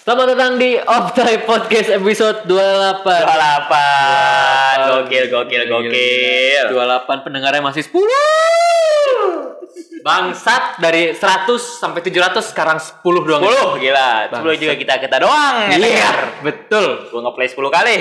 Selamat datang di Off Time Podcast episode 28. 28. Gokil. 28 pendengarnya masih 10. Bangsat dari 100 sampai 700 sekarang 10 doang. 10 gila. 10 juga kita doang. Iya, betul. Gua nge-play 10 kali.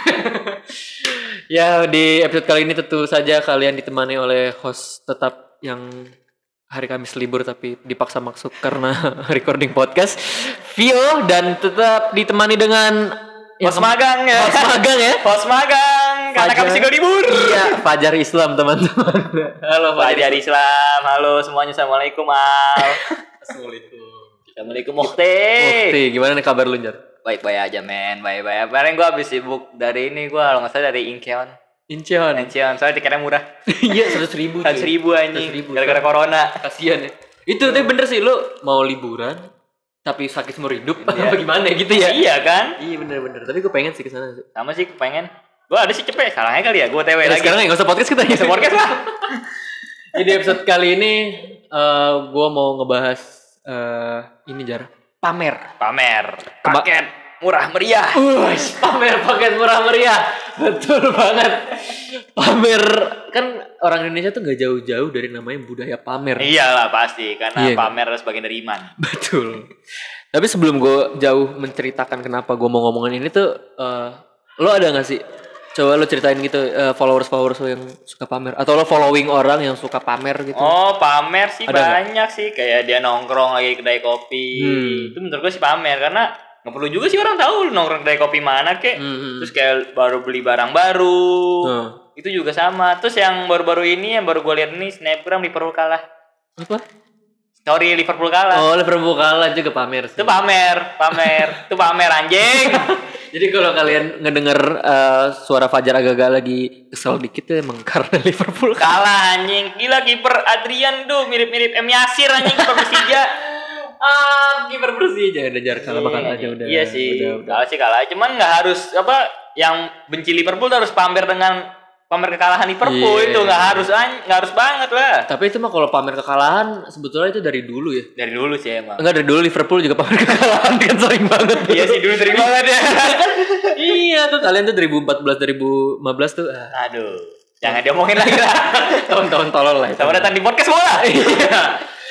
Ya, di episode kali ini tentu saja kalian ditemani oleh host tetap yang hari Kamis libur tapi dipaksa masuk karena recording podcast, Vio, dan tetap ditemani dengan Host magang ya. Host magang karena Kamis juga libur. Iya, Fajar Islam teman-teman. Halo Fajar Islam. Halo semuanya. Assalamualaikum Al. Assalamualaikum Mukti. Gimana nih kabar lu, Jar? Baik-baik aja men. Baik-baik. Kemarin gue habis sibuk dari ini, gue kalau nggak salah dari Incheon. Soalnya tiketnya murah. Iya, 100.000. 100.000 anjing. Gara-gara corona. Kasian ya. Itu tapi bener sih, lu mau liburan tapi sakit seumur hidup apa gimana gitu ya? Iya kan? Iya bener. Tapi gue pengen sih ke sana. Sama sih pengen. Gue ada sih cepet. Salahnya kali ya. Gue TW lagi. Sekarang enggak usah podcast kita. Enggak usah podcast lah. Jadi episode kali ini gue mau ngebahas ini Jar. Pamer. Paket murah meriah. Pamer paket murah meriah. Betul banget. Pamer kan orang Indonesia tuh gak jauh-jauh dari namanya budaya pamer. Iyalah pasti karena pamer kan? sebagian dari iman. Betul. Tapi sebelum gue jauh menceritakan kenapa gue mau ngomongin ini tuh, lo ada gak sih? Coba lo ceritain gitu followers lo yang suka pamer atau lo following orang yang suka pamer gitu. Oh, pamer sih ada banyak gak? Sih kayak dia nongkrong lagi kedai kopi. Itu menurut gue sih pamer karena nggak perlu juga sih orang tahu nongkrong kedai kopi mana kek. Terus kayak baru beli barang baru. Itu juga sama. Terus yang baru-baru ini yang baru gue lihat nih snapgram Liverpool kalah. Apa? Story Liverpool kalah. Oh, Liverpool kalah juga pamer sih. Itu pamer. Itu pamer anjing. Jadi kalau kalian ngedenger suara Fajar agak-agak lagi kesel dikit ya emang karena Liverpool kalah anjing. Gila kiper Adrian tuh mirip-mirip M Yasir anjing kiper Persija. Kiper Persija udah jar kalah makan aja udah. Iya sih. Udah. Kalah. Cuman enggak harus yang benci Liverpool harus pamer dengan pamer kekalahan Liverpool. Itu enggak harus banget lah. Tapi itu mah kalau pamer kekalahan sebetulnya itu dari dulu ya. Dari dulu sih emang. Enggak, dari dulu Liverpool juga pamer kekalahan kan sering banget. Iya sih dulu sering banget ya. Iya tuh kalian tuh 2014 2015 tuh. Aduh. Jangan diomongin lagi lah. Tahun-tahun tolol lah. Selamat datang di podcast bola. Iya.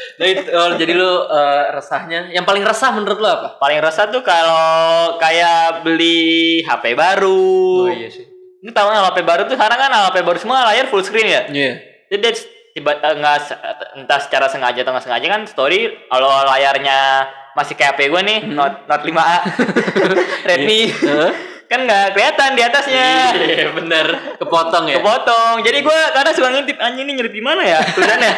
Jadi lu resahnya, yang paling resah menurut lu apa? Paling resah tuh kalau kayak beli HP baru. Oh iya sih. Ini tahu nggak HP baru tuh sekarang kan HP baru semua layar full screen ya. Iya. Jadi tiba entah secara sengaja atau nggak sengaja kan story kalau layarnya masih kayak HP gue nih Note 5A Redmi kan nggak kelihatan di atasnya. Iya bener. Kepotong ya. Jadi gue kadang suka ngintip anjing ini nyelip di mana ya tulisannya.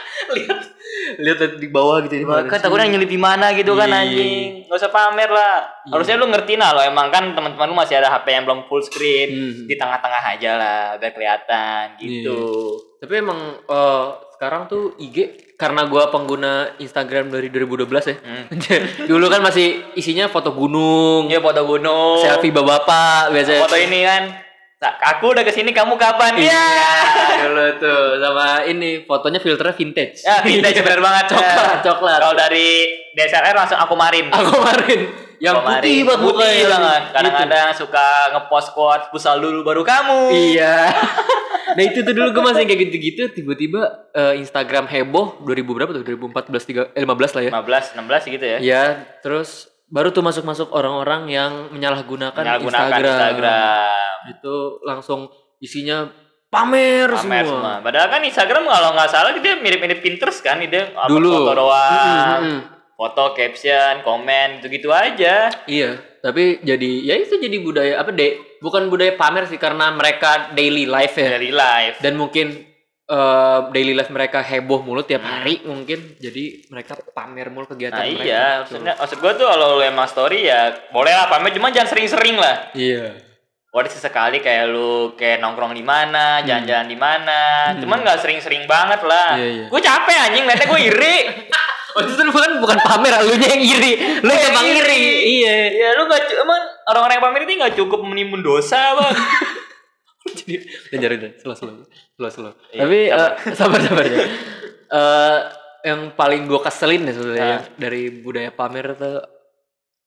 lihat di bawah gitu. Kan takutnya nyelip di mana gitu kan anjing. Nggak usah pamer lah. Harusnya lu ngerti lah lo emang kan teman-teman lu masih ada HP yang belum full screen. Di tengah-tengah aja lah biar kelihatan gitu. Tapi emang sekarang tuh IG karena gua pengguna Instagram dari 2012 ya. Dulu kan masih isinya foto gunung. Iya foto gunung. Selfie bapak biasanya. Foto ini kan. Aku udah kesini, kamu kapan? Iya. Dulu tuh sama ini fotonya filternya vintage. Ya vintage bener banget. Coklat. Kalau dari DSLR langsung aku marin. Yang putih banget putih banget. Kadang-kadang suka ngepost quote pusal dulu baru kamu. Iya. Nah itu tuh dulu gue masih kayak gitu-gitu. Tiba-tiba Instagram heboh 2000 berapa tuh? 2014 15 lah ya. 16 gitu ya. Iya. Terus baru tuh masuk orang-orang yang menyalahgunakan Instagram. Itu langsung isinya pamer semua. Padahal kan Instagram kalau nggak salah dia mirip-mirip Pinterest kan, dia dulu foto doang, foto, caption, komen gitu-gitu aja. Iya, tapi jadi budaya bukan budaya pamer sih karena mereka daily life ya. Daily life. Dan mungkin daily life mereka heboh mulu tiap hari mungkin jadi mereka pamer mulu kegiatan mereka. Iya, maksud gua tuh kalau lu emang story ya boleh lah pamer, cuma jangan sering-sering lah. Iya. Waduh sesekali kayak lu kayak nongkrong di mana, jalan-jalan di mana. Cuman enggak sering-sering banget lah. Iya. Gue capek anjing, liatnya gue iri. Oh itu bukan pamer, lu yang iri. Lu emang iri. Iya. Ya lu enggak emang orang-orang yang pamer itu enggak cukup menimbun dosa, Bang. Jadi udah slow. Tapi sabar ya. Yang paling gue keselin ya sebenarnya dari budaya pamer tuh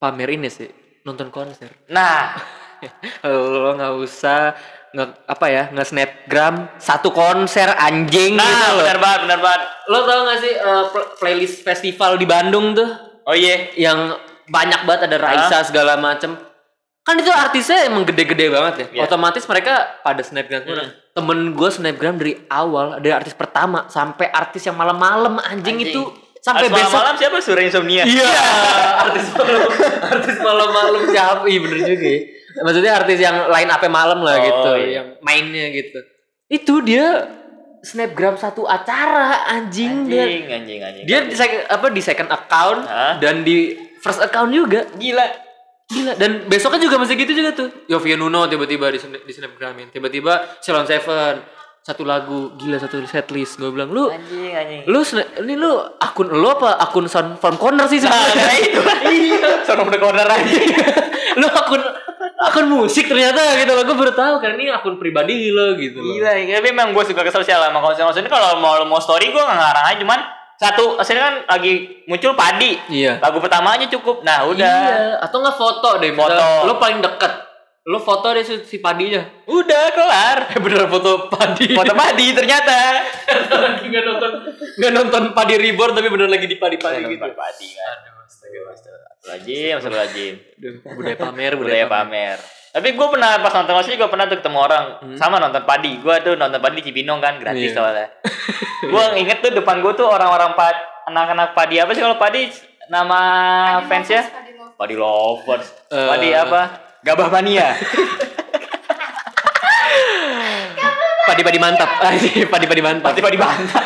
pamer ini sih, nonton konser. Nah, Lo nggak usah nge-snapgram satu konser anjing nah gitu loh. benar banget. Lo tau gak sih playlist festival di Bandung tuh Oh iya. yang banyak banget ada Raisa segala macem. Kan itu artisnya emang gede-gede banget ya. Iya. Otomatis mereka pada snapgram. Temen gue snapgram dari awal, dari artis pertama sampai artis yang malam-malam anjing itu sampai Artis besok. malam siapa? Sura Insomnia. Iya, artis malam siapa? Iya bener juga ya. Maksudnya artis yang line up malam lah gitu, yang mainnya gitu. Itu dia snapgram satu acara anjing. Dia di second account dan di first account juga. Gila. Dan besoknya juga masih gitu juga tuh. Yovie Nuno tiba-tiba di snapgramin. Tiba-tiba Ceylon Seven satu lagu, gila satu setlist. Gue bilang lu Anjing. Lu akun lu apa akun Sound from Corner sih sebenarnya? Nah, itu. Iya, Sound from the Corner aja. Lu akun musik ternyata gitu loh. Gue baru tahu kan ini akun pribadi lo gitu loh. Gila, tapi memang gue suka kesel sih sama konser-konser ini. Kalau mau story gue nggak ngarang aja, cuman satu asalnya kan lagi muncul Padi. Iya. Lagu pertamanya cukup. Nah, udah. Iya, atau enggak foto deh. Foto. Lo paling deket. Lo foto deh si Padinya. Udah kelar. Bener foto Padi. Foto Padi ternyata. Lagi enggak nonton Padi Reborn tapi bener lagi di Padi gitu. Padi kan. Astagfirullahaladzim. Budaya pamer. Tapi gue pernah pas nonton konser juga pernah tuh ketemu orang sama nonton Padi. Gue tuh nonton Padi di Cibinong kan gratis soalnya. Gue inget tuh depan gue tuh orang-orang anak-anak Padi apa sih kalau Padi nama fansnya? Padi Lovers. Padi apa? Gabah Mania. Padi mantap. Padi mantap. Padi mantap.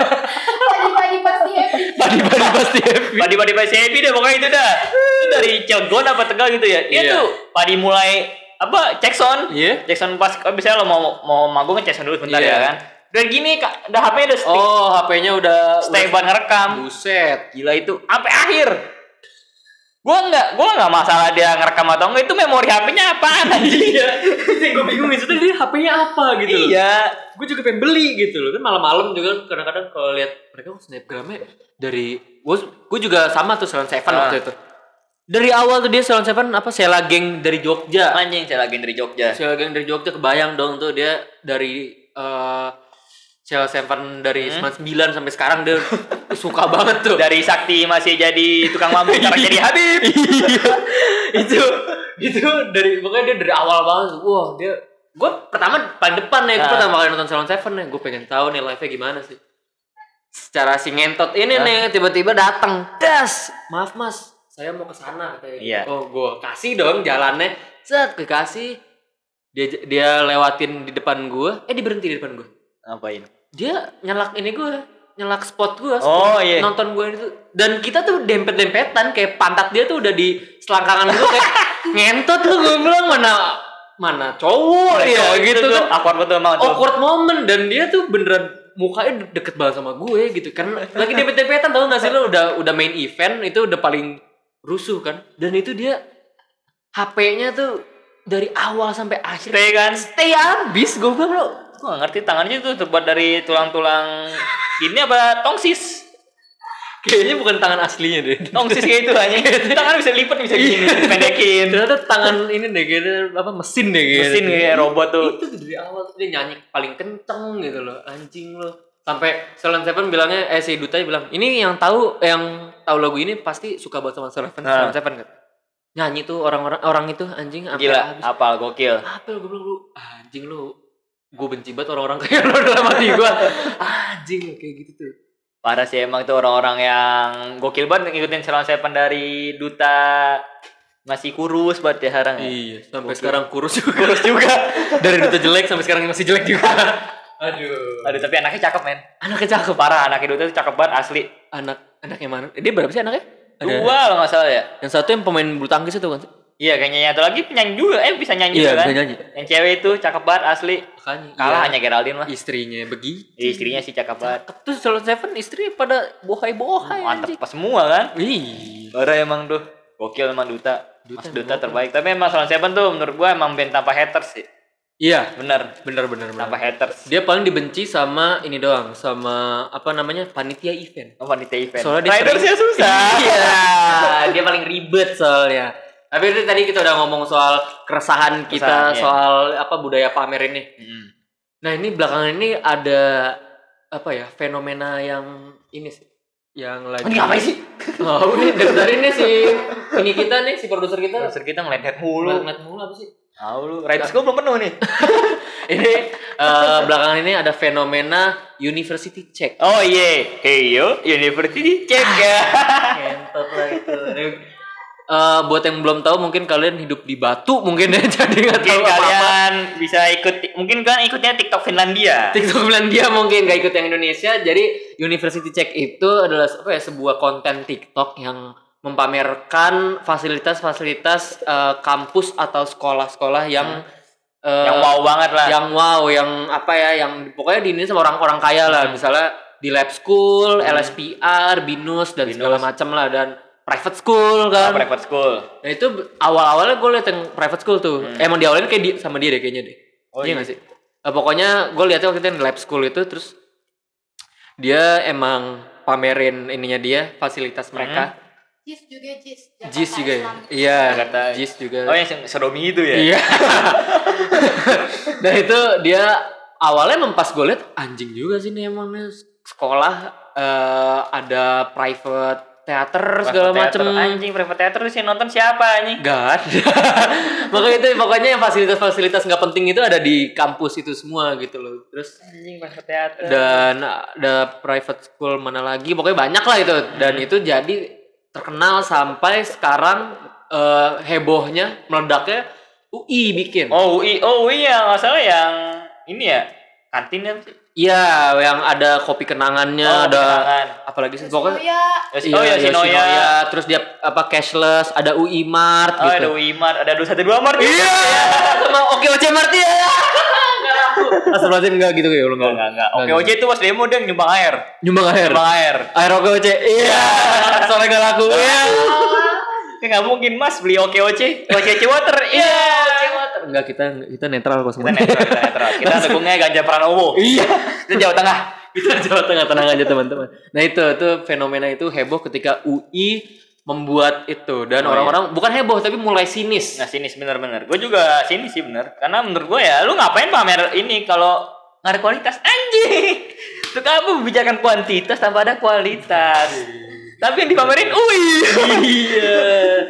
Pasti happy. Padi pasti happy deh pokoknya itu dah. Itu dari Cilegon apa Tegal gitu ya. Dia tuh Padi mulai apa Jackson. Jackson pas misalnya lo mau manggung Jackson dulu bentar ya kan. Udah gini Kak, udah HP-nya udah stay. Oh, HP-nya udah stay buat ngerekam. Buset, gila itu sampai akhir. Gua enggak masalah dia ngerekam atau enggak, itu memori HP-nya apaan anjing. Yang gue bingung itu dia HP-nya apa gitu loh. Iya. Gue juga pengen beli gitu loh. Kan malam-malam juga kadang-kadang kalau lihat mereka snapgramnya dari gue juga sama tuh Ceylon Seven waktu itu. Dari awal tuh dia Ceylon Seven apa Sheila Gang dari Jogja. Anjing, Sheila Gang dari Jogja. Sheila Gang dari Jogja kebayang dong tuh dia dari Sheila Seven dari 99 sampai sekarang dia suka banget tuh. Dari Sakti masih jadi tukang mampu sekarang jadi Habib. itu dari pokoknya dia dari awal banget. Wah, gue pertama paling depan nih, gue pertama kali nonton Ceylon Seven nih, gue pengen tahu nih live-nya gimana sih. Secara si ngentot ini nih tiba-tiba datang, das, maaf mas, saya mau ke sana katanya. Iya. Oh, gue kasih dong jalannya, set kekasih. Dia lewatin di depan gue, dia berhenti di depan gue. Ngapain? Dia nyelak spot gue, iya. nonton gue itu. Dan kita tuh dempet-dempetan kayak pantat dia tuh udah di selangkangan gue kayak ngentot lu, gue bilang mana cowok ya gitu kan. Awkward moment dan dia tuh beneran mukanya deket banget sama gue gitu kan. Lagi dempet-dempetan tau gak sih lo udah main event itu udah paling rusuh kan. Dan itu dia HP-nya tuh dari awal sampai akhir stay abis. Gue bilang lo gue gak ngerti tangannya tuh terbuat dari tulang-tulang ini apa tongsis. Kayaknya bukan tangan aslinya deh. Tongsis kayak itu hanya. Tangan bisa lipat bisa gini, pendekin. Ternyata tangan ini deh kayak apa mesin deh kayak. Mesin kayak robot tuh. Itu dari awal tuh dia nyanyi paling kenceng gitu loh, anjing loh. Sampai Ceylon Seven bilangnya si Dutanya bilang, "Ini yang tahu lagu ini pasti suka banget sama Ceylon Seven kan." Nyanyi tuh orang itu anjing sampai gila, habis. apal gokil. Apal gue bilang lu anjing lu. Gue benci banget orang-orang kayak lu dalam hati gue. Anjing kayak gitu tuh. Parah sih emang tuh orang-orang yang gokil banget ngikutin Ceylon Seven dari Duta masih kurus buat ya sekarang ya. Iya, sampai sekarang kurus juga. Dari Duta jelek sampai sekarang masih jelek juga. Aduh, tapi anaknya cakep men. Anaknya cakep. Parah, anaknya Duta tuh cakep banget asli. Anaknya mana? Dia berapa sih anaknya? Dua kalau nggak salah ya. Yang satu yang pemain bulu tangkis itu kan? Iya kayaknya satu lagi penyanyi juga, bisa nyanyi juga kan? Bisa nyanyi. Yang cewek itu cakep banget asli. Makanya, kalah hanya Geraldine lah. Istrinya istrinya sih cakep banget. Terus Ceylon Seven istri pada bohai-bohai. Mantep pas semua kan? Ih, parah emang tuh. Gokil emang Duta. Mas Duta terbaik. Tapi emang Ceylon Seven tuh menurut gua emang band tanpa haters sih. Iya, benar. Tanpa haters. Dia paling dibenci sama ini doang, sama apa namanya? Panitia event. Panitia event. Soalnya dia ridersnya susah. Iya, dia paling ribet soalnya. Tapi itu tadi kita udah ngomong soal keresahan kita Keresahan, soal apa budaya pamer ini. Nah, ini belakangan ini ada apa ya? Fenomena yang ini sih. Yang lagi Ini ngapain sih? Oh, ini dari ini si ini kita nih si produser kita. Produser kita ngeliat mulu. Ngeliat mulu apa sih? Tahu lu, rights gue belum penuh nih. Ini belakangan ini ada fenomena university check. Oh iya, hey yo, university check ya. Kentot lah itu. Buat yang belum tahu mungkin kalian hidup di Batu mungkin ya jadi nggak Mungkin tahu apa-apa. kalian bisa ikut, mungkin kan ikutnya TikTok Finlandia. TikTok Finlandia mungkin nggak ikut yang Indonesia. Jadi university check itu adalah apa ya sebuah konten TikTok yang mempamerkan fasilitas-fasilitas kampus atau sekolah-sekolah yang Yang wow banget lah. yang wow, yang apa ya, yang pokoknya di ini sama orang-orang kaya lah, misalnya di lab school, LSPR, BINUS dan segala macam lah, dan private school kan. Private school. Nah itu awal-awalnya gue liat yang private school tuh, emang diawalin kayak sama dia deh kayaknya deh. Oh, iya iya. nggak sih? Pokoknya gue liatnya waktu itu yang lab school itu, terus dia emang pamerin ininya dia, fasilitas mereka. JIS juga JIS. JIS juga ya? Iya, Jakarta. JIS juga. Oh yang sodomi itu ya? Iya. Dan itu dia awalnya emang pas gue liat anjing juga sih nih emang nih sekolah ada private teater segala macem. Anjing private theater sih nonton siapa anjing? Gak ada. Pokoknya yang fasilitas-fasilitas nggak penting itu ada di kampus itu semua gitu loh. Terus Anjing private theater. dan ada private school mana lagi, pokoknya banyak lah itu. Dan itu jadi terkenal sampai sekarang hebohnya meledaknya UI bikin. Oh UI ya nggak salah yang ini ya kantin apa sih? Iya, yang ada kopi kenangannya, ada kenangan. apalagi sih pokoknya. Yoshinoya. Yoshinoya. Terus dia apa cashless, ada UI Mart Oh gitu. ada UI Mart, ada 212 Mart. Iya, sama OKOC Mart ya. Enggak laku. Astagfirullahaladzim enggak gitu kayak lu Enggak. Oke OJ itu pas demo dia nyumbang air. Nyumbang air. Air OKOC. Iya. Soalnya enggak laku. Iya. Ya nggak mungkin mas beli OKOC water. Iya. Enggak, kita netral kok semua. Kita netral. Kita dukungnya Ganjar Pranowo. Iya. Kita Jawa Tengah. Kita Jawa Tengah, tenang aja teman-teman. Nah itu fenomena itu heboh ketika UI membuat itu, dan orang-orang bukan heboh tapi mulai sinis. Nah sinis bener-bener. Gue juga sinis sih bener. Karena menurut gue ya lu ngapain pamer ini kalau nggak ada kualitas anjing. Lu kamu membicarakan kuantitas tanpa ada kualitas. Tapi yang dipamerin UI. Iya.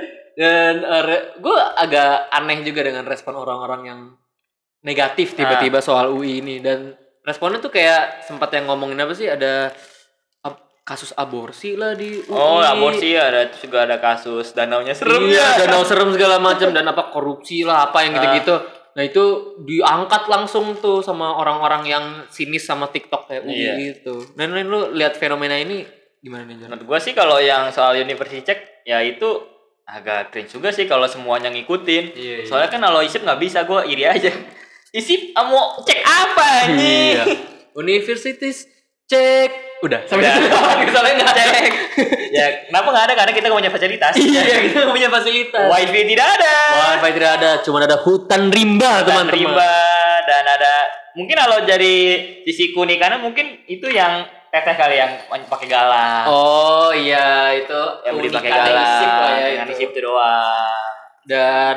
Dan gue agak aneh juga dengan respon orang-orang yang negatif tiba-tiba soal UI ini. Dan responnya tuh kayak sempat yang ngomongin apa sih, ada kasus aborsi lah di UI. Oh aborsi ada, juga ada kasus danaunya serem. Iya, danau serem segala macam, dan apa korupsi lah apa yang gitu-gitu. Nah itu diangkat langsung tuh sama orang-orang yang sinis sama TikTok kayak UI itu. Dan lu lihat fenomena ini gimana nih Jan? Menurut gue sih kalau yang soal university check ya itu agak cringe juga sih kalau semuanya ngikutin. Iya. Soalnya kan kalau ISIP nggak bisa, gue iri aja. ISIP mau cek apa nih? Iya. Universities cek. Udah. Udah. Soalnya nggak Cek. Ya kenapa nggak ada? Karena kita nggak punya fasilitas. Iya, kita nggak punya fasilitas. Wifi tidak ada. Wifi tidak ada, cuma ada hutan rimba Dan teman-teman. rimba dan ada mungkin kalau dari sisi keunikannya mungkin itu yang teteh kali yang pakai galang. Oh iya, itu Yang beli pakai unikannya galang. ISIP lah ya Dengan itu. ISIP itu doang. Dan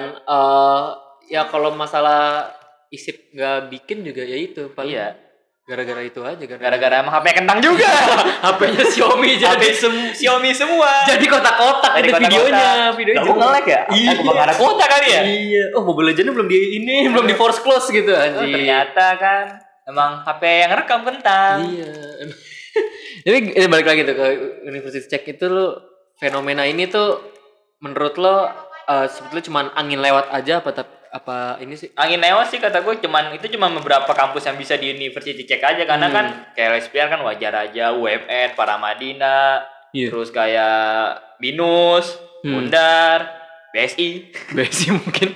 ya kalau masalah ISIP nggak bikin juga ya itu paling. Iya. Gara-gara itu aja kan. Gara-gara emang HP kentang juga. HP-nya Xiaomi HP jadi Xiaomi semua. jadi kotak-kotak Jadi ada videonya, Kamu nge-lag ya? Iya. Aku bakal ada kota kali ya? Iya. Oh, Mobile Legends belum belum di force close gitu Oh, anjing. ternyata kan emang HP yang rekam kentang. Iya. Jadi balik lagi tuh ke University Check itu lo, fenomena ini tuh menurut lo sebetulnya cuma angin lewat aja apa ini sih? Angin lewat sih kata gue, itu cuma beberapa kampus yang bisa di university check aja karena kan kayak LSPR kan wajar aja, UMN, Paramadina, terus kayak BINUS, Undar, BSI. BSI mungkin.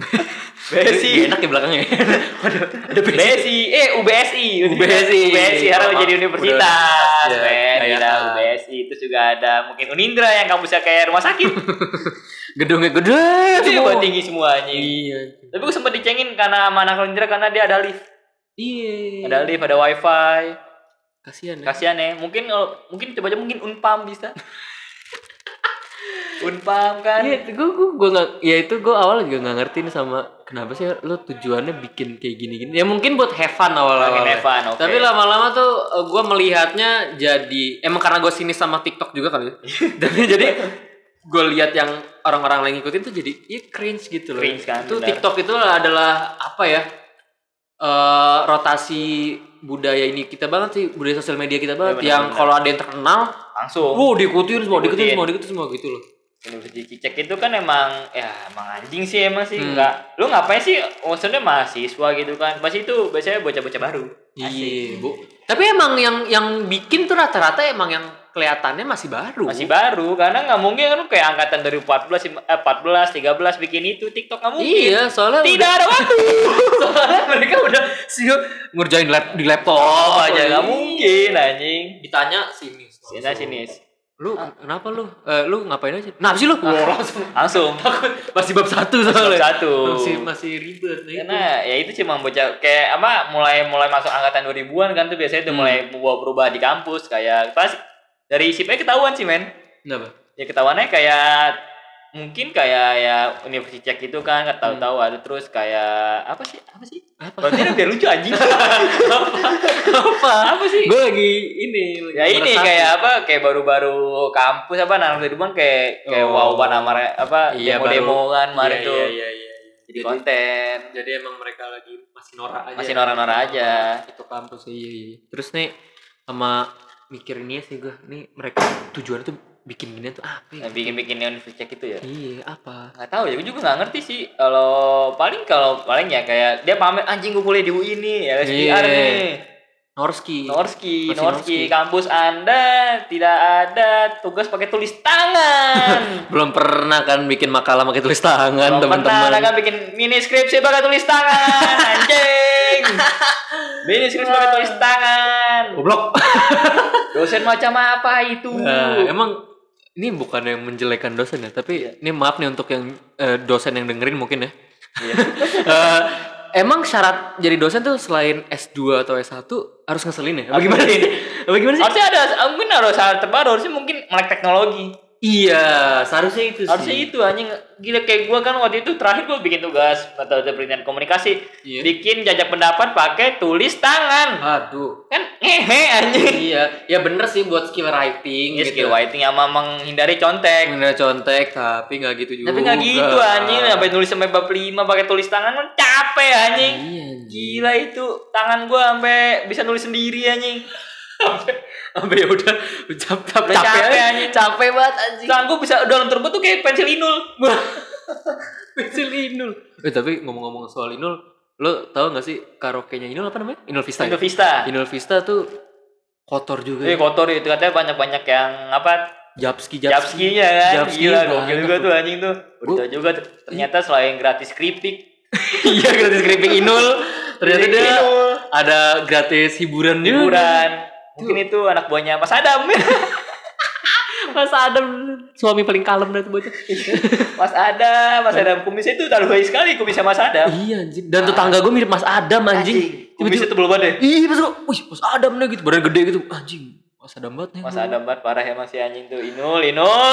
BSI enak ya belakangnya. Waduh, ada BSI, UBSI harus jadi universitas, gila UBSI. Terus juga ada mungkin Unindra yang kampusnya kayak rumah sakit. Gedungnya gede Semua tinggi semuanya. Iya. Tapi gue sempat dicengin karena sama anak Unindra karena dia ada lift. Iya. Ada lift, ada wifi. Kasihan ya. Kasihan ya. Mungkin coba aja mungkin Unpam bisa. Unpam kan. Iya, gue nggak, ya itu gue awal juga nggak ngerti nih sama kenapa sih lo tujuannya bikin kayak gini-gini. Ya mungkin buat have fun awal-awal. Have fun, okay. Tapi lama-lama tuh gue melihatnya jadi emang karena gue sinis sama TikTok juga kali. Jadi gue lihat yang orang-orang lain ngikutin tuh jadi cringe gitu loh. Cringe kan. Itu benar. TikTok itu adalah apa ya? Rotasi budaya ini kita banget sih, budaya sosial media kita banget. Ya, yang kalau ada yang terkenal langsung. Diikutin semua gitu loh. Universitas Cicek itu kan emang anjing sih emang sih. Enggak. Lu ngapain sih? Maksudnya mahasiswa gitu kan. Pasti itu biasanya bocah-bocah baru. Iya, Bu. Tapi emang yang bikin tuh rata-rata emang yang kelihatannya masih baru. Masih baru karena nggak mungkin kan kayak angkatan dari 14, 13 bikin itu TikTok nggak mungkin. Iya, soalnya tidak ada waktu. soalnya mereka udah siap ngerjain di laptop aja nggak mungkin anjing. Ditanya sinis. Lu kenapa lu? Lu ngapain aja? Nah, sih lu? Langsung. Takut masih bab 1 soalnya. Bab 1. Masih ribet. Karena ya itu cuma bocah kayak mulai masuk angkatan 2000-an kan tuh biasanya udah mulai berubah di kampus kayak pas dari sipnya ketahuan sih men. Kenapa? Ya ketahuannya kayak mungkin kayak ya Universitas Cek itu kan nggak tahu-tahu ada terus kayak apa sih? Berarti udah lucu anjing. apa sih? Gue lagi ini. Ya ini kayak apa? Kayak baru-baru kampus apa anak kehidupan kayak wow banget apa demo kan kemarin tuh. Iya. Jadi konten. Jadi emang mereka lagi masih norak aja. Masih norak-norak aja. Itu kampus iya. Terus nih sama mikir ini sih gue. Nih mereka tujuannya tuh bikin gini tuh apa ya? Bikin Universitas itu ya? Iya, apa? Nggak tahu ya, gue juga nggak ngerti sih. Kalau paling ya kayak dia pamer anjing gue kuliah di UI nih, SPR nih. Norski, kampus Anda tidak ada tugas pakai tulis tangan. Belum pernah kan bikin makalah pakai tulis tangan, teman-teman. Belum pernah kan bikin mini skripsi pakai tulis tangan, anjing. Mini skripsi pakai tulis tangan. Goblok. Dosen macam apa itu? Emang ini bukan yang menjelekan dosen ya, tapi ini maaf nih untuk yang dosen yang dengerin mungkin ya. Iya. Emang syarat jadi dosen tuh selain S2 atau S1 harus ngeselin ya? Bagaimana sih? Harusnya mungkin harus syarat terbaru, harusnya mungkin melek teknologi. Iya, seharusnya itu sih. Harusnya itu anjing gila kayak gua kan waktu itu terakhir gua bikin tugas metode penelitian komunikasi. Iya. Bikin jajak pendapat pakai tulis tangan. Aduh. Kan anjing. Iya, ya bener sih buat skill writing Ya, gitu. skill writing sama menghindari contek. Tapi nggak gitu juga. Tapi nggak gitu anjing, sampai nulis sampai bab 5 pakai tulis tangan kan capek anjing. Iya, Gila itu tangan gua sampai bisa nulis sendiri anjing. Sampai ya udah capek banget anjing. Tangan gua bisa dalam turbo tuh kayak pensil inul. Pensil Inul. Tapi ngomong-ngomong soal Inul, lo tau gak sih karaoke-nya Inul apa namanya? Inul Vista. Inul Vista tuh kotor juga. Kotor itu katanya banyak yang apa? Japski-nya kan. Gila gokil juga tuh anjing tuh. Udah juga ternyata selain gratis keripik. Iya, gratis keripik Inul. Ternyata dia ada gratis hiburan. Mungkin itu anak buahnya Mas Adam. Mas Adam suami paling kalem dah tuh bocah. Mas Adam kumisnya itu terlalu baik sekali kumisnya Mas Adam. Iya anjing. Dan tetangga gue mirip Mas Adam anjing. Kumisnya tebel banget deh. Iya, Mas Adam nih gitu, badan gede gitu. Anjing. Mas Adam banget nih. Mas Adam banget parah ya masih anjing tuh. Inul.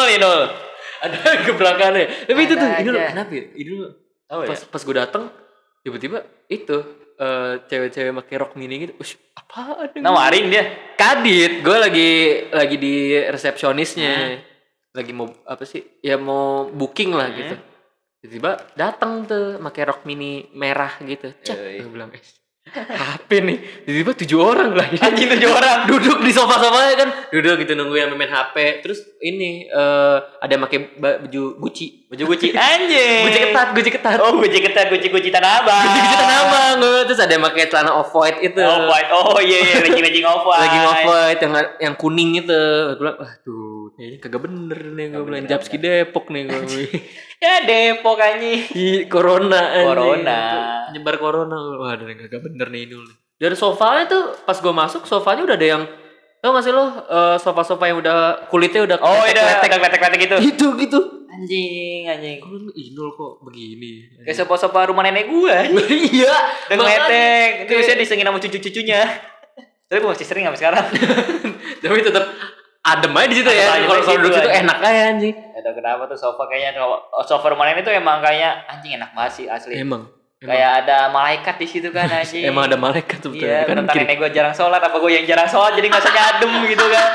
Ada geblakannya. Tapi itu tuh Inul kenapa ya? Inul pas gue dateng tiba-tiba itu cewek-cewek pakai rok mini gitu. Apaan? Nawarin dia. Kadit, gue lagi di resepsionisnya. Lagi mau apa sih? Ya mau booking lah gitu. Tiba-tiba datang tuh pakai rok mini merah gitu. Gue bilang, HP nih. Tiba-tiba 7 orang lah. Anjing 7 orang duduk di sofa-sofanya kan. Duduk gitu nunggu yang main HP. Terus ini ada yang pakai baju Gucci. Anjing. Gucci ketat. Oh, Gucci Tanah Abang. Gucci Tanah Abang. Terus ada yang pakai celana off-white itu. Off-white. Oh iya, lagi off-white. Lagi off-white yang kuning itu. Gue bilang, tuh kayaknya kagak bener nih. Gue bilang Japski Depok nih gue. Ya Depok anjing. Corona. Nyebar corona. Wah, ada yang kagak bener nih Inul. Dari sofanya tuh pas gue masuk sofanya udah ada yang tau gak sih lo sofa-sofa yang udah kulitnya udah kletek-kletek gitu. Gitu. Anjing. Gue Inul kok begini. Kayak sofa-sofa rumah nenek gue. Iya. Udah ngeletek. Itu biasanya disengin sama cucu-cucunya. Tapi gue masih sering sampai sekarang. Tapi tetap adem aja di situ ya. Adem aja Kalau di situ duduk situ aja. enak aja anjing. Gak tau kenapa tuh sofa kayaknya sofa rumah nenek itu emang kayaknya anjing enak banget sih asli. Emang. Kayak ada malaikat di situ kan anjing. Emang ada malaikat sebetulnya. Iya, Kan kan nenek gue jarang sholat, apa gue yang jarang sholat jadi nggak usah adem gitu kan.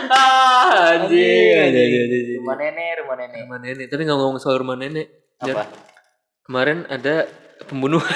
Anjing. Rumah nenek. Rumah nenek. Tapi ngomong soal rumah nenek. Apa? Kemarin ada pembunuhan.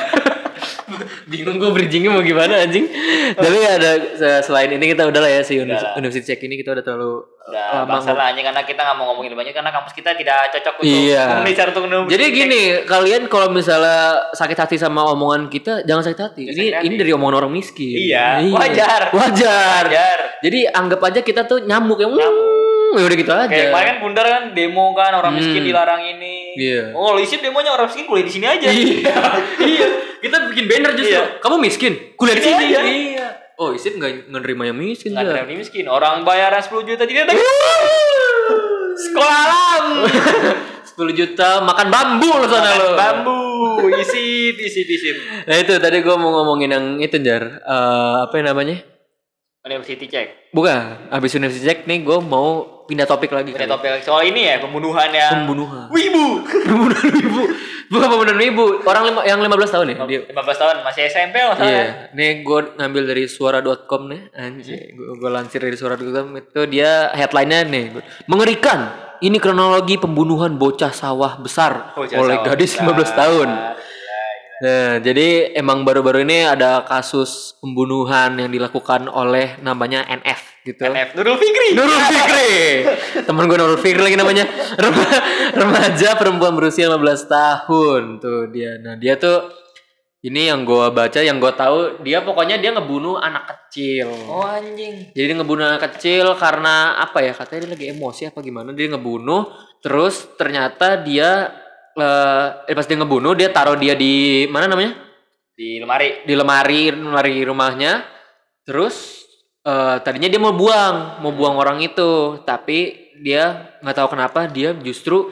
Bingung gue bridgingnya mau gimana anjing. Tapi ada selain ini kita udah lah ya si University Check ini kita udah terlalu masalah anjing karena kita nggak mau ngomongin banyak karena kampus kita tidak cocok untuk Iya. untuk Jadi gini, kalian kalau misalnya sakit hati sama omongan kita jangan sakit hati. Ini dari omongan orang miskin. Iya. Wajar. Jadi anggap aja kita tuh nyamuk yang ya udah gitu aja. Kayak kemarin kan Bundar kan demo kan orang miskin dilarang ini. Iya. Oh, isip demonya orang miskin kuliah di sini aja. Iya. Kita bikin banner justru. Iya. Kamu miskin, kuliah di Sini sini. aja. Iya. Oh, isip enggak nerima yang miskin. Nggak ada yang miskin. Orang bayaran 10 juta tidak tapi sekolah alam. 10 juta makan bambu lo sana lo. Bambu, isip. Nah itu tadi gue mau ngomongin yang itu Jar. Apa yang namanya? University Check. Bukan. Abis University Check nih gue mau pindah topik lagi. Ini topik soal ini ya pembunuhan yang Pembunuhan. wibu. Pembunuhan ibu. Bukan pembunuhan ibu. Orang yang 15 tahun ya? Dia. 15 tahun masih SMP masalah. Iya. Nih gue ngambil dari suara.com nih. Anjir. Gue lansir dari suara.com itu dia headline-nya nih. Mengerikan. Ini kronologi pembunuhan bocah sawah besar oleh gadis 15 tahun. Nah, jadi emang baru-baru ini ada kasus pembunuhan yang dilakukan oleh namanya NF gitu. NF Nurul Fikri. Temen gue Nurul Fikri lagi namanya. Remaja perempuan berusia 15 tahun tuh dia. Nah, dia tuh ini yang gue baca, yang gue tahu dia pokoknya dia ngebunuh anak kecil. Oh anjing. Jadi dia ngebunuh anak kecil karena apa ya? Katanya dia lagi emosi apa gimana? Dia ngebunuh, terus ternyata dia pas dia ngebunuh dia taruh dia di mana namanya? Di lemari. Di lemari rumahnya. Terus tadinya dia mau buang orang itu, tapi dia nggak tahu kenapa dia justru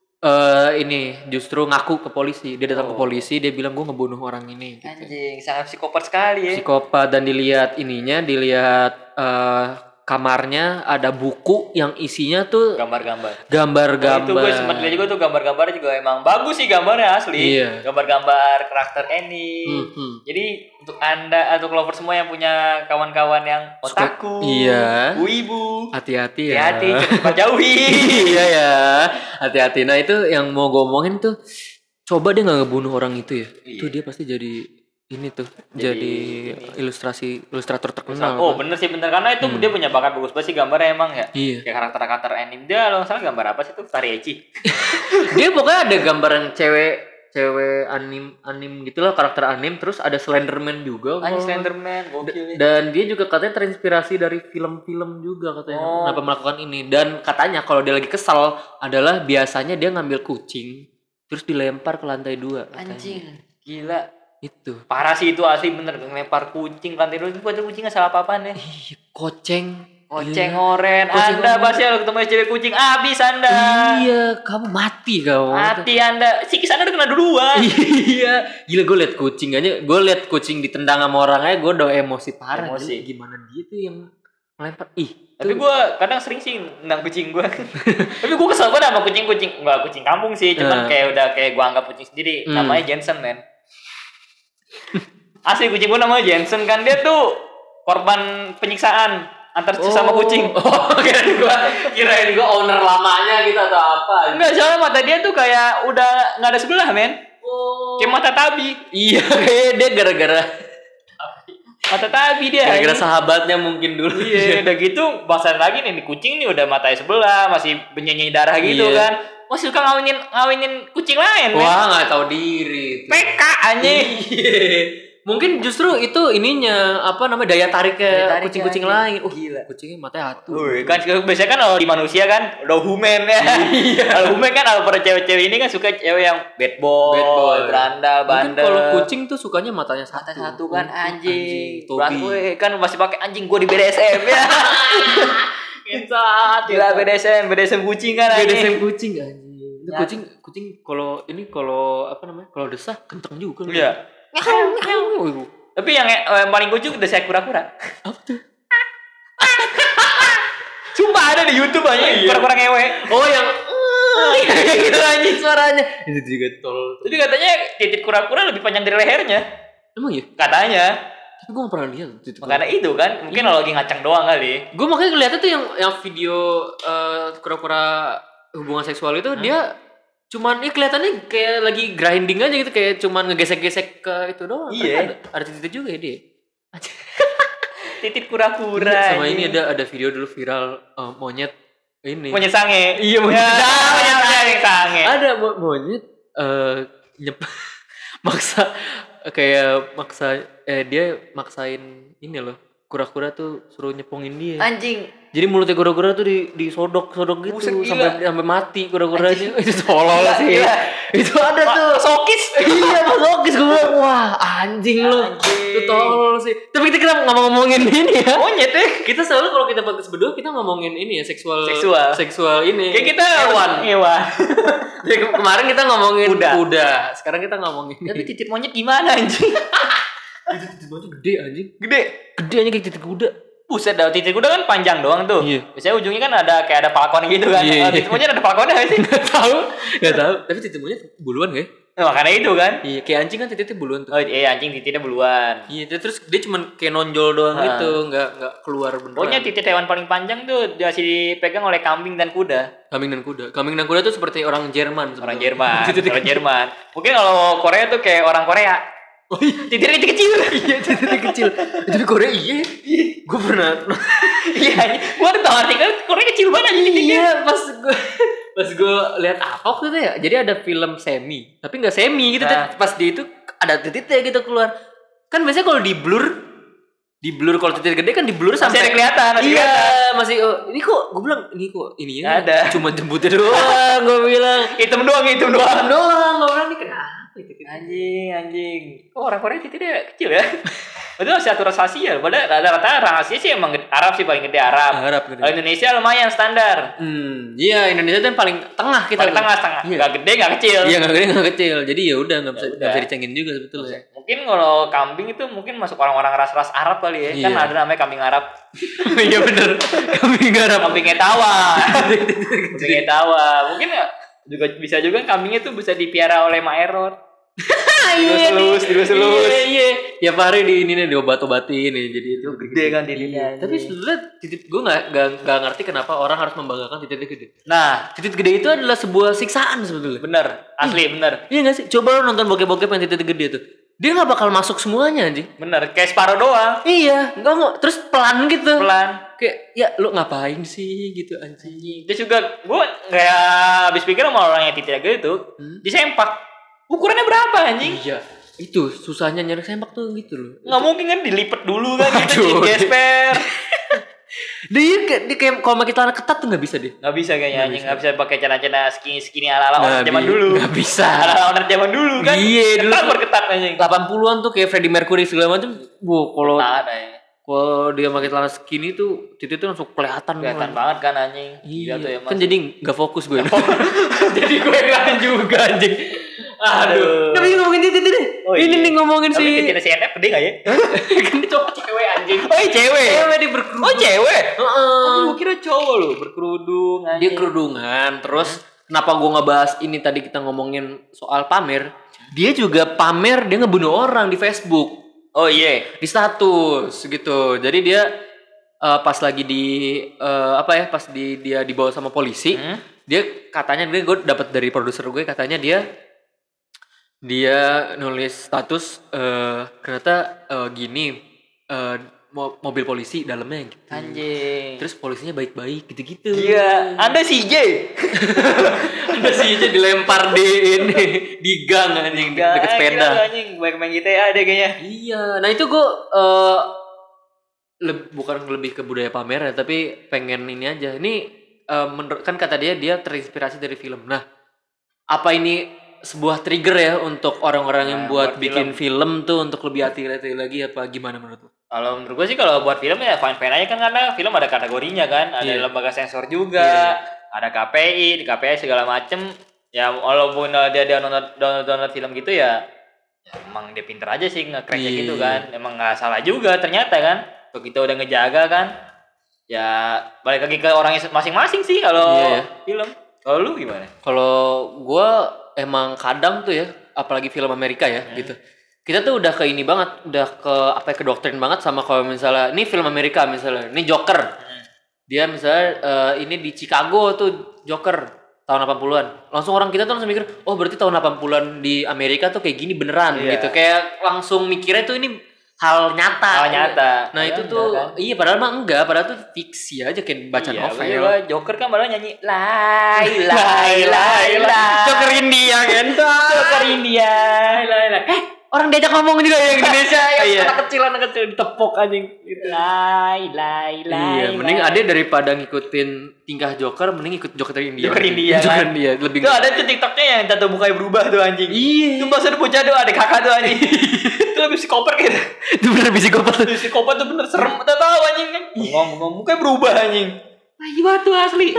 ngaku ke polisi. Dia datang ke polisi, dia bilang gue ngebunuh orang ini. Gitu. Anjing, sangat psikopat sekali ya. Psikopat, dan dilihat kamarnya ada buku yang isinya tuh gambar-gambar. Itu gue sempat lihat juga tuh gambar-gambarnya juga emang bagus sih gambarnya asli. Iya. Gambar-gambar karakter anime. Jadi untuk Anda atau lover semua yang punya kawan-kawan yang otaku, wibu, hati-hati ya. Hati-hati, cepat jauhi. Iya ya, hati-hati. Nah itu yang mau gue omongin tuh, coba dia nggak ngebunuh orang itu ya. Iya. Itu dia pasti jadi ini tuh jadi ilustrator terkenal. Oh bener karena itu dia punya bakat bagus banget sih gambarnya emang ya. Iya. Kayak karakter anime dia kalau salah gambar apa sih tuh Tariichi. Dia pokoknya ada gambaran cewek anim gitulah, karakter anim, terus ada Slenderman juga. Slenderman gokil. Dan dia juga katanya terinspirasi dari film-film juga katanya. Kenapa melakukan ini? Dan katanya kalau dia lagi kesal adalah biasanya dia ngambil kucing terus dilempar ke lantai 2 katanya. Anjing, gila. Itu parah sih, itu asli bener ngelempar kucing lantai 2 itu buat kucing nggak salah apa-apaan ya. Koceng oren. Anda pasti kalau ketemu cewek kucing abis Anda. Iya, kamu mati Anda. Sikis Anda udah kena duluan. Iya, gila gue liat kucing aja, gue liat kucing ditendang sama orang aja gue udah emosi parah. Gimana dia tuh yang melempar? Tapi gue kadang sering sih nendang kucing gue. Tapi gue kesel banget sama kucing nggak kucing kampung sih, cuman kayak gue anggap kucing sendiri. Namanya Jensen men. Asli kucing gue namanya Jensen kan, dia tuh korban penyiksaan antar sesama kucing. Kirain gue owner lamanya gitu atau apa? Enggak, soalnya mata dia tuh kayak udah nggak ada sebelah men. Kayak mata tabi. Iya, kayak dia gara-gara mata tabi dia. Gara-gara sahabatnya mungkin dulu. Iya, udah gitu bahasa lagi nih kucing nih udah matanya sebelah, masih bernyai darah gitu kan. Masih suka ngawinin kucing lain. Wah, nggak tahu diri. PK anjing. Mungkin justru itu ininya apa namanya daya tariknya kucing-kucing lain. Gila. Kucingnya matanya satu. Kan biasanya kan kalau di manusia kan udah human ya. Kalau human kan kalau pada cewek-cewek ini kan suka cewek yang bad boy, berandal, bandel. Kalau kucing tuh sukanya matanya satu kan anjing. Tobi. Kan masih pakai anjing gue di BDSM ya. Gila BDSM kucing kan anjing. BDSM kucing anjing. Kucing kalau apa namanya? Kalau desah kenceng juga. Iya. Tapi yang paling lucu udah saya kura-kura. Apa tuh? Sumpah ada di YouTube aja, kura-kura ngewe. Oh yang gitu anjing suaranya. Itu juga tol. Tapi katanya titik kura-kura lebih panjang dari lehernya. Emang iya? Katanya. Tapi gue gak pernah lihat. Makanya itu kan, mungkin lo lagi ngacang doang kali. Gue makanya ngeliatnya tuh yang video kura-kura hubungan seksual itu dia cuman kelihatannya kayak lagi grinding aja gitu, kayak cuman ngegesek-gesek ke itu doang. Iya. Ada titik juga ya dia. Titik kura-kura. Sama ini ada video dulu viral monyet ini. Monyet sange. Iya monyet sange. Ada monyet dia maksain ini loh, kura-kura tuh suruh nyepongin dia. Anjing. Jadi mulutnya kura-kura tuh disodok gitu. Buset, sampai mati kura-kuranya. Itu tolol sih. Gila. Itu ada tuh. Sokis. Iya, masokis gue bilang, wah anjing lu. Itu tolol sih. Tapi kita nggak ngomongin ini ya. Monyet ya. Kita selalu kalau kita podcast berdua kita ngomongin ini ya, seksual ini. Kayak kita hewan. Jadi kemarin kita ngomongin kuda. Sekarang kita ngomongin. Tapi titik monyet gimana anjing? Itu titik monyet gede anjing. Gede aja kayak titik kuda. Buset dah, titik kuda kan panjang doang tuh. Iya. Biasanya ujungnya kan ada palakon gitu kan. Iya. Titik monyet ada palakonnya gak sih? Gak tahu. Tapi titik monyet buluan gak ya? Nah, makanya itu kan. Iya, kayak anjing kan titiknya buluan tuh. Oh iya, anjing titiknya buluan. Iya, terus dia cuma kayak nonjol doang gitu, nggak keluar beneran. Pokoknya titik hewan paling panjang tuh masih dipegang oleh kambing dan kuda. Kambing dan kuda tuh seperti orang Jerman. Orang Jerman. Mungkin kalau Korea tuh kayak orang Korea. Oh iya, titiknya kecil. Iya, titiknya kecil. Tapi Korea iya. Gue pernah. Iya, gue udah tahu artikel Korea kecil banget aja titiknya. Iya, pas gue lihat apa waktu itu ya. Jadi ada film semi, tapi nggak semi gitu. Pas di itu ada titiknya gitu keluar. Kan biasanya kalau di blur kalau titik gede kan di blur sampai masih kelihatan. Iya, masih ini kok gue bilang ini ya. Ada. Cuma jembutnya doang. Gue bilang hitam doang. Gue bilang ini kenapa? Anjing. Kok orang Korea titiknya kecil ya? Itu naturalisasi ya. Padahal rata-rata orang Asia sih emang Arab sih paling gede Arab gede. Indonesia lumayan standar. Iya, Indonesia kan paling tengah kita. Paling tengah. Iya. Gak gede gak kecil. Iya, gak gede gak kecil. Jadi ya udah nggak bisa dicengin juga sebetulnya. Mungkin kalau kambing itu mungkin masuk orang-orang ras-ras Arab kali ya. Iya. Kan ada namanya kambing Arab. Iya bener. Kambing Arab. Kambingnya tawa. Mungkin juga bisa juga kambingnya tuh bisa dipiara oleh Mak Erot. Dilus. Iya. Ya hari di ini nih diobat-obatin nih, jadi itu gede kan titiknya. Tapi sebenarnya titik gue nggak ngerti kenapa orang harus membanggakan titik gede. Nah, titik gede itu adalah sebuah siksaan sebetulnya. Bener, asli bener. Iya nggak sih? Coba lo nonton bokep-bokep yang titik gede tuh. Dia nggak bakal masuk semuanya anjing. Bener, kayak separuh doang. Iya, nggak. Terus pelan gitu. Kayak ya lo ngapain sih gitu anjing. Terus juga gue kayak habis pikir sama orang yang titik gede tuh, disempak. Ukurannya berapa anjing? Iya. Itu susahnya nyari sempak tuh gitu loh. Nggak mungkin kan dilipet dulu kan gitu, gesper. Dia kayak kalau pakai celana ketat tuh nggak bisa deh. Nggak bisa kayaknya anjing, nggak bisa pakai celana skinny ala orang zaman dulu. Nggak bisa. Ala orang zaman dulu kan. Iya dulu. Ketat anjing. 80-an tuh kayak Freddie Mercury segala macam. Kalau dia pakai celana skinny tuh titik tuh langsung kelihatan banget kan anjing. Iya tuh ya, kan jadi nggak fokus gue. Jadi gue lain juga anjing. Aduh. Tapi ngomongin titik deh. Ini nih ngomongin sih. Tapi titik CNF gede nggak ya? Kan dia cowok cewek anjing. Oh cewek. Cewek dia berkerudung. Oh cewek. Gue kira cowok loh berkerudung. Dia kerudungan. Terus kenapa gue ngebahas ini tadi kita ngomongin soal pamer? Dia juga pamer dia ngebunuh orang di Facebook. Oh iya. Di status gitu. Jadi dia pas lagi pas dia dibawa sama polisi, dia katanya gue dapat dari produser gue katanya dia nulis status ternyata gini mobil polisi dalamnya gitu. Anjing. Terus polisinya baik-baik gitu-gitu. Iya, Anda CJ. Anda CJ dilempar di gang anjing deket sepeda. Anjing, main GTA deh kayaknya. Iya, nah itu gue bukan lebih ke budaya pamer ya, tapi pengen ini aja. Ini menurut kan kata dia terinspirasi dari film. Nah, apa ini sebuah trigger ya untuk orang-orang yang buat bikin film tuh untuk lebih hati-hati lagi apa gimana menurut lo? Kalau menurut gue sih kalau buat film ya fine-fine aja kan karena film ada kategorinya kan, ada lembaga sensor juga, ada KPI, di KPI segala macem. Ya walaupun dia download film gitu ya emang dia pinter aja sih nge-crack gitu kan, emang nggak salah juga ternyata kan. Begitu udah ngejaga kan, Ya balik lagi ke orangnya masing-masing sih kalau film. Kalau lu gimana? Kalau gue emang kadang tuh ya, apalagi film Amerika ya gitu. Kita tuh udah ke ini banget, udah ke apa ya, ke doktrin banget sama kalau misalnya ini film Amerika misalnya, ini Joker. Dia misalnya ini di Chicago tuh Joker tahun 80-an. Langsung orang kita tuh langsung mikir, oh berarti tahun 80-an di Amerika tuh kayak gini beneran gitu. Kayak langsung mikirnya tuh ini hal nyata. Hal nyata. Nah, itu tuh kan? Iya padahal mah enggak, padahal tuh fiksi aja kayak baca novel. Iya, Joker kan malah nyanyi lai lai lai lai. Joker India kan. Joker India. Lai. Orang diajak ngomong juga ya Indonesia ya. Anak kecil ditepok anjing gitu. Lai. Iya, mending ada daripada ngikutin tingkah Joker, mending ikut Joker India. Joker India lebih. Tuh ada tuh TikToknya yang tato mukanya berubah tuh anjing. Iya. Itu pas ada bocah tuh ada kakak tuh anjing. Itu lebih psikopat gitu. Itu bener psikopat. Psikopat tuh bener serem. Tahu anjing kan. Ngomong mukanya berubah anjing. Lagi batu asli.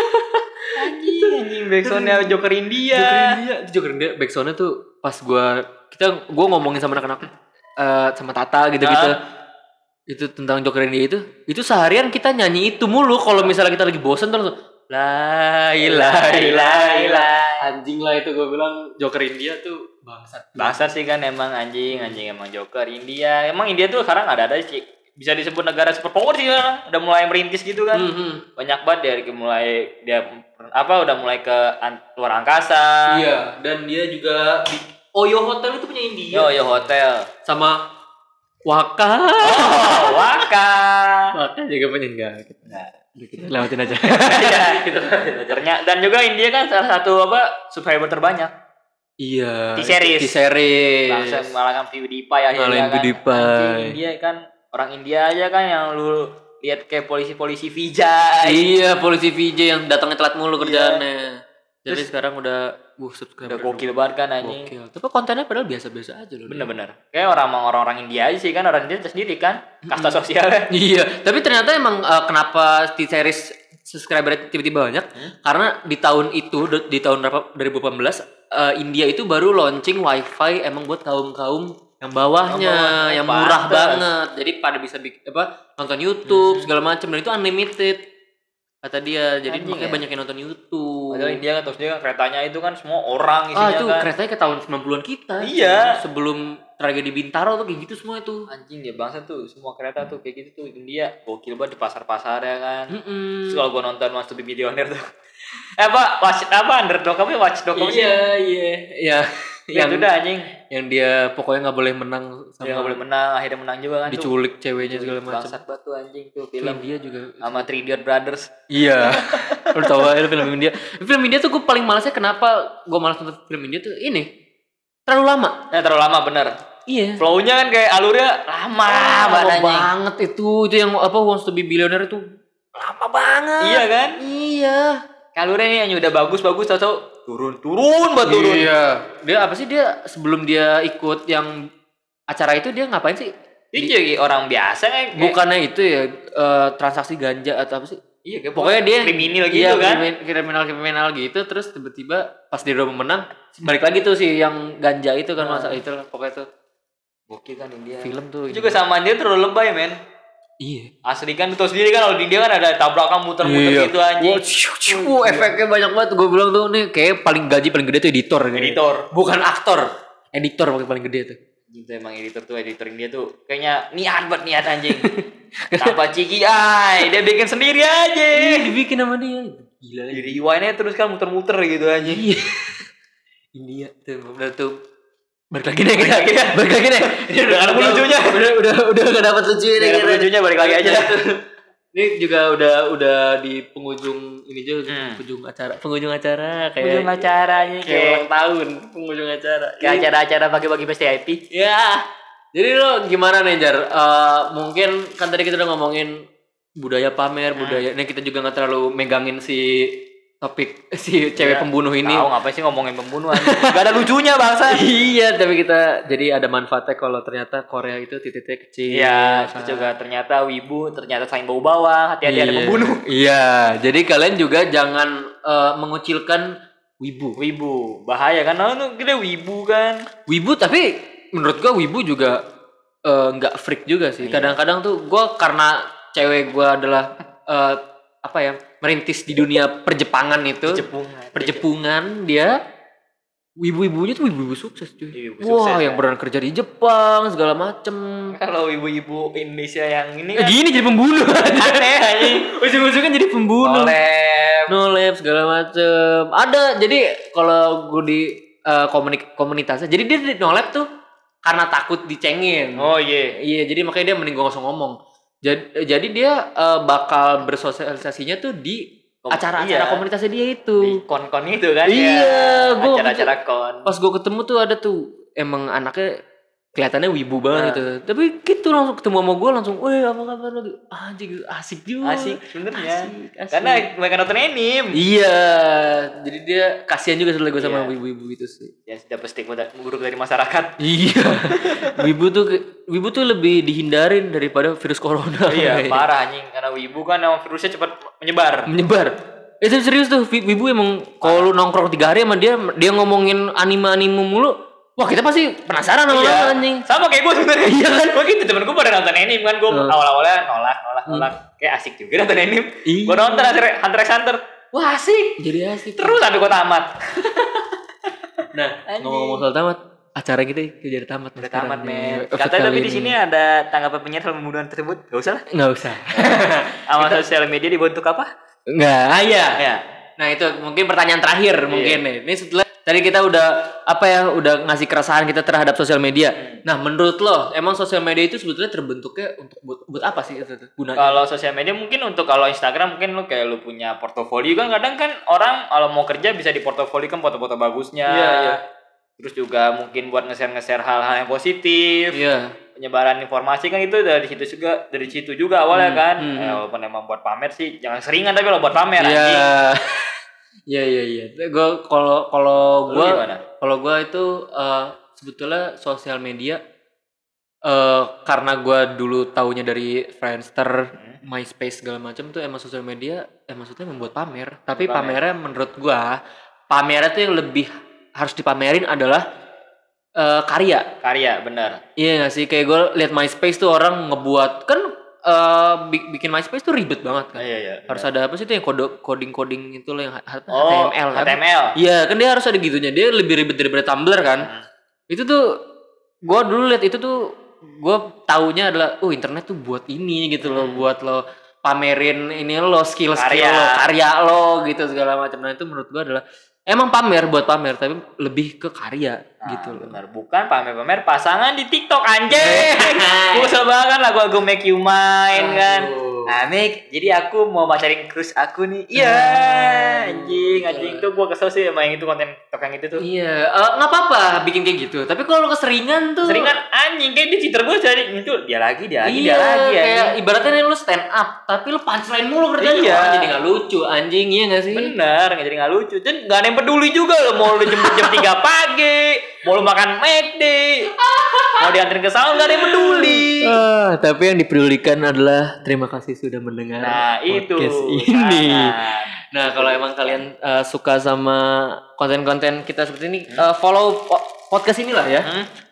Anjing backsoundnya Joker India. Joker India backsoundnya tuh pas gua ngomongin sama anak-anak sama Tata gitu-gitu. Itu tentang Joker India itu seharian kita nyanyi itu mulu kalau misalnya kita lagi bosen terus lai anjing lah itu gue bilang Joker India tuh bangsat sih kan emang anjing emang Joker India. Emang India tuh sekarang ada sih bisa disebut negara superpower sih kan. Udah mulai merintis gitu kan. Banyak banget dari mulai dia udah mulai ke luar angkasa. Iya, dan dia juga Oyo Hotel itu punya India. Oyo Hotel sama Waka. Oh, Waka juga punya enggak. Kita lewatin aja. Ternyata dan juga India kan salah satu subscriber terbanyak. Iya. T-series. Bangsa mengalahkan PewDiePie akhirnya kan. India kan orang India aja kan yang lu lihat kayak polisi Vijay. Iya, polisi Vijay yang datangnya telat mulu kerjaannya. Jadi sekarang udah subscriber udah gokil banget kan anjing. Tapi kontennya padahal biasa-biasa aja loh. Bener-bener. Kayak orang India aja sih kan, orang India sendiri kan kasta sosialnya. Iya, tapi ternyata emang kenapa T-series subscriber tiba-tiba banyak? Karena di tahun itu, di tahun 2018 India itu baru launching wifi emang buat kaum-kaum yang bawahnya, yang murah banget. Jadi pada bisa nonton YouTube segala macam dan itu unlimited. Kata dia, jadi makanya banyak yang nonton YouTube. Padahal India kan terus dia kan keretanya itu kan semua orang isinya itu kan. Keretanya ke tahun 90-an kita. Iya. Sebelum tragedi Bintaro tuh kayak gitu semua itu. Anjing dia bangsa tuh, semua kereta tuh kayak gitu tuh India. Gokil banget di pasar-pasar ya kan. Terus kalau gua nonton Wants to be Millionaire tuh. Underdog apa Watchdog apa sih? Iya. Yang udah anjing. Yang dia pokoknya nggak boleh menang sama. Dia nggak boleh menang, akhirnya menang juga kan. Diculik ceweknya segala macam. Bangsat banget tuh anjing tuh film. Dia juga sama Three Idiot Brothers. Iya. Lu tahu aja film India. Film India tuh gue paling malasnya kenapa gue malas nonton film India tuh ini. Terlalu lama. Terlalu lama bener. Iya. Flow-nya kan kayak alurnya lama banget itu yang Wants to be Billionaire itu lama banget. Iya kan? Iya. Alurnya nih yang udah bagus tahu turun banget turun. Iya. Dia sebelum dia ikut yang acara itu dia ngapain sih? Dia jadi orang biasa kan. Bukannya itu ya transaksi ganja atau apa sih? Iya, pokoknya dia kriminal gitu kan. Kriminal gitu terus tiba-tiba pas dia udah menang balik lagi tuh sih yang ganja itu kan masa itu lah pokoknya tuh. Gokil kan India. Film tuh. Juga sama dia terlalu lebay men. Iya. Asli kan itu sendiri kan kalau di dia kan ada tabrakan muter-muter gitu anjing. Efeknya banyak banget. Gue bilang tuh nih kayak gaji paling gede tuh editor. Bukan aktor. Editor paling gede tuh. Gitu emang editor India tuh kayaknya niat anjing. Tanpa CGI, dia bikin sendiri aja. Iya, dibikin sama dia. Gila. Jadi rewind-nya terus kan muter-muter gitu anjing. Iya. India tuh balik lagi nih. Udah gak dapet lucunya. Udah gak dapet lucunya. Lucunya balik lagi aja. Ini juga udah di penghujung ini juga penghujung acara kayak ulang tahun penghujung acara. Kayak acara bagi-bagi PSTIP. Ya. Jadi lo gimana nih Jar? Mungkin kan tadi kita udah ngomongin budaya pamer, budaya. Nah kita juga nggak terlalu megangin si topik si cewek pembunuh ini. Tahu ngapain sih ngomongin pembunuhan? Gak ada lucunya bangsa. Iya, tapi kita jadi ada manfaatnya kalau ternyata Korea itu titik-titik kecil. Iya, itu juga ternyata wibu, ternyata selain bau bawang, hati-hati ada pembunuh. Iya, jadi kalian juga jangan mengucilkan wibu. Bahaya kan? Nah, gede wibu kan. Wibu tapi menurut gua wibu juga nggak freak juga sih. Kadang-kadang tuh gua karena cewek gua adalah apa ya, merintis di dunia perjepangan itu. Perjepungan dia ibu-ibunya tuh ibu-ibu sukses cuy. Wah, yang pernah kerja di Jepang segala macem. Kalau ibu-ibu Indonesia yang ini kan gini jadi pembunuh. Aneh anjing. Ujung-ujungnya jadi pembunuh. Nolep segala macem. Ada, jadi kalau gue di komunitasnya, jadi dia di nolep tuh karena takut dicengin. Oh iya. Iya, jadi makanya dia mending gue langsung ngomong. Jadi dia bakal bersosialisasinya tuh di acara-acara komunitasnya dia itu. Di kon-kon itu kan. Iya, gue acara-acara kon. Pas gue ketemu tuh ada tuh emang anaknya kelihatannya wibu banget gitu. Tapi gitu langsung ketemu sama gue langsung, "Weh, apa kabar lu?" Anjing, asik juga. Asik sebenarnya. Karena mereka nonton anime. Iya, jadi dia kasihan juga setelah gue sama wibu-wibu itu sih. Ya dapat stigma buruk dari masyarakat. Iya. wibu tuh lebih dihindarin daripada virus corona. Iya, parah anjing. Karena wibu kan emang virusnya cepat menyebar. Itu serius tuh, wibu emang kalau lu nongkrong 3 hari sama dia ngomongin anime mulu. Wah, kita pasti penasaran sama anjing. Sama kayak gue sebenarnya. Iya kan? Gue gitu, temen gue pada nonton anime kan. Gue awal-awalnya nolak. Kayak asik juga nonton anime. Gue nonton Hunter x Hunter. Wah, asik. Jadi asik. Terus sampai gue tamat. Nah, ngomong-ngomong soal tamat, acara kita jadi tamat. Udah tamat, men. Katanya tapi di sini ada tanggapan penyiar soal pembunuhan tersebut. Gak usah lah. Nggak usah. Sama sosial media dibentuk apa? Nggak, iya. Ya. Nah, itu mungkin pertanyaan terakhir mungkin nih. Ini setelah tadi kita udah udah ngasih keresahan kita terhadap sosial media. Nah, menurut lo emang sosial media itu sebetulnya terbentuknya untuk buat apa sih gunanya? Kalau sosial media mungkin untuk, kalau Instagram mungkin lo kayak lo punya portofolio kan, kadang kan orang kalau mau kerja bisa di portofolio kan foto-foto bagusnya. Iya. Terus juga mungkin buat nge-share hal-hal yang positif. Iya. Penyebaran informasi kan itu dari situ juga awalnya kan. Walaupun emang buat pamer sih jangan seringan, tapi lo buat pamer anjing. Iya. Kalau gue itu sebetulnya sosial media karena gue dulu taunya dari Friendster, MySpace segala macam tuh emang sosial media maksudnya membuat pamer. Tapi pamernya menurut gue pamernya tuh yang lebih harus dipamerin adalah karya, benar. Iya nggak sih, kayak gue liat MySpace tuh orang ngebuat kan. Bikin MySpace tuh ribet banget kan. Iya. Harus ada apa sih itu yang coding itu loh yang HTML kan. Iya, kan dia harus ada gitunya. Dia lebih ribet daripada Tumblr kan. Itu tuh gua dulu lihat itu tuh gua taunya adalah internet tuh buat ini gitu loh, buat lo pamerin ini lo skill lo, karya lo gitu segala macam. Nah, itu menurut gua adalah emang buat pamer tapi lebih ke karya gitu loh. Benar, bukan pamer pasangan di TikTok anjing. Gue kesel banget lagu Make You Mine kan. Nah, jadi aku mau pacarin crush aku nih. Iya, anjing tuh gue kesel sih sama yang itu, konten TikTok yang itu tuh. Iya, nggak apa-apa bikin kayak gitu. Tapi kalau keseringan anjing kayak di Twitter gue cari itu dia lagi kayak ibaratnya lu stand up tapi lu punchline mulu kerjanya. Jadi nggak lucu anjing, iya nggak sih? Bener, jadi nggak lucu. Dan nggak ada yang peduli juga lo, mau lu jemput jam 3 pagi, mau lu makan McD, mau dianterin ke salon, nggak ada yang peduli. Tapi yang dipedulikan adalah terima kasih sudah mendengar podcast ini. Nah, kalau emang kalian suka sama konten-konten kita seperti ini, follow podcast inilah ya.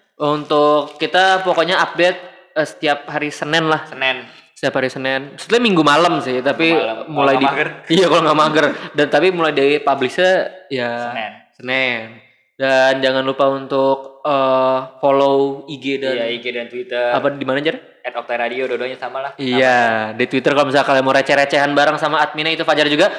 Untuk kita pokoknya update setiap hari Senin lah. Setiap hari Senin. Setelah Minggu malam sih, tapi mulai di iya kalau nggak mager. Dan tapi mulai dari publishnya ya Senin. Dan jangan lupa untuk follow IG dan Twitter. Apa di mana aja? @oktayradio, dua-duanya sama lah. Iya, di Twitter kalau misalnya kalian mau receh-recehan bareng sama adminnya itu Fajar juga.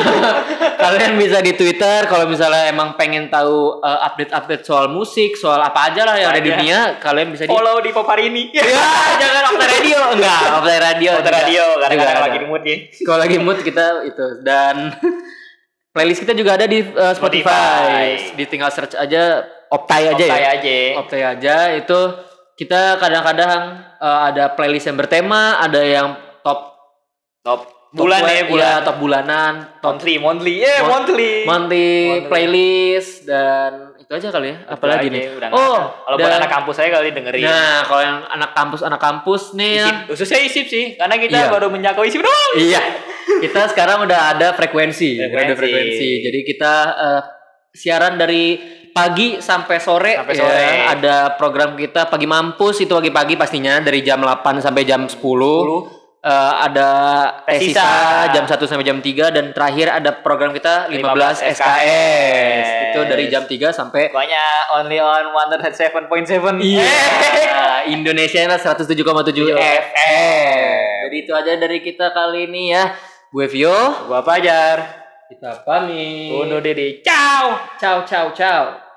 Kalian bisa di Twitter kalau misalnya emang pengen tahu update-update soal musik, soal apa aja lah yang ada di dunia, kalian bisa follow di Poparini. Ya, jangan Oktay Radio. Enggak, Oktay Radio. Kadang-kadang lagi mood ya. Kalau lagi mood kita itu, dan playlist kita juga ada di Spotify. Tinggal search aja Oktay aja itu. Kita kadang-kadang ada playlist yang bertema, ada yang top bulan. Top bulanan, top monthly playlist, dan itu aja kali ya. Apalagi nih? Kalau buat anak kampus saya kali dengerin. Nah, kalau yang anak kampus nih, khususnya ISIP sih, karena kita baru menjangkau ISIP doang. Iya. Kita sekarang udah ada frekuensi. Jadi kita siaran dari pagi sampai sore. Ya, ada program kita Pagi Mampus, itu pagi-pagi pastinya dari jam 8 sampai jam 10. ada tes Tes sisa sisa. jam 1 sampai jam 3 dan terakhir ada program kita 15 15 SKS. Itu dari jam 3 sampai Pokoknya only on 107.7. Indonesia 107,7 FM. Jadi itu aja dari kita kali ini ya. Gue Vio, Gua Pajar. kita pamit. Undur diri. Ciao. Ciao ciao ciao.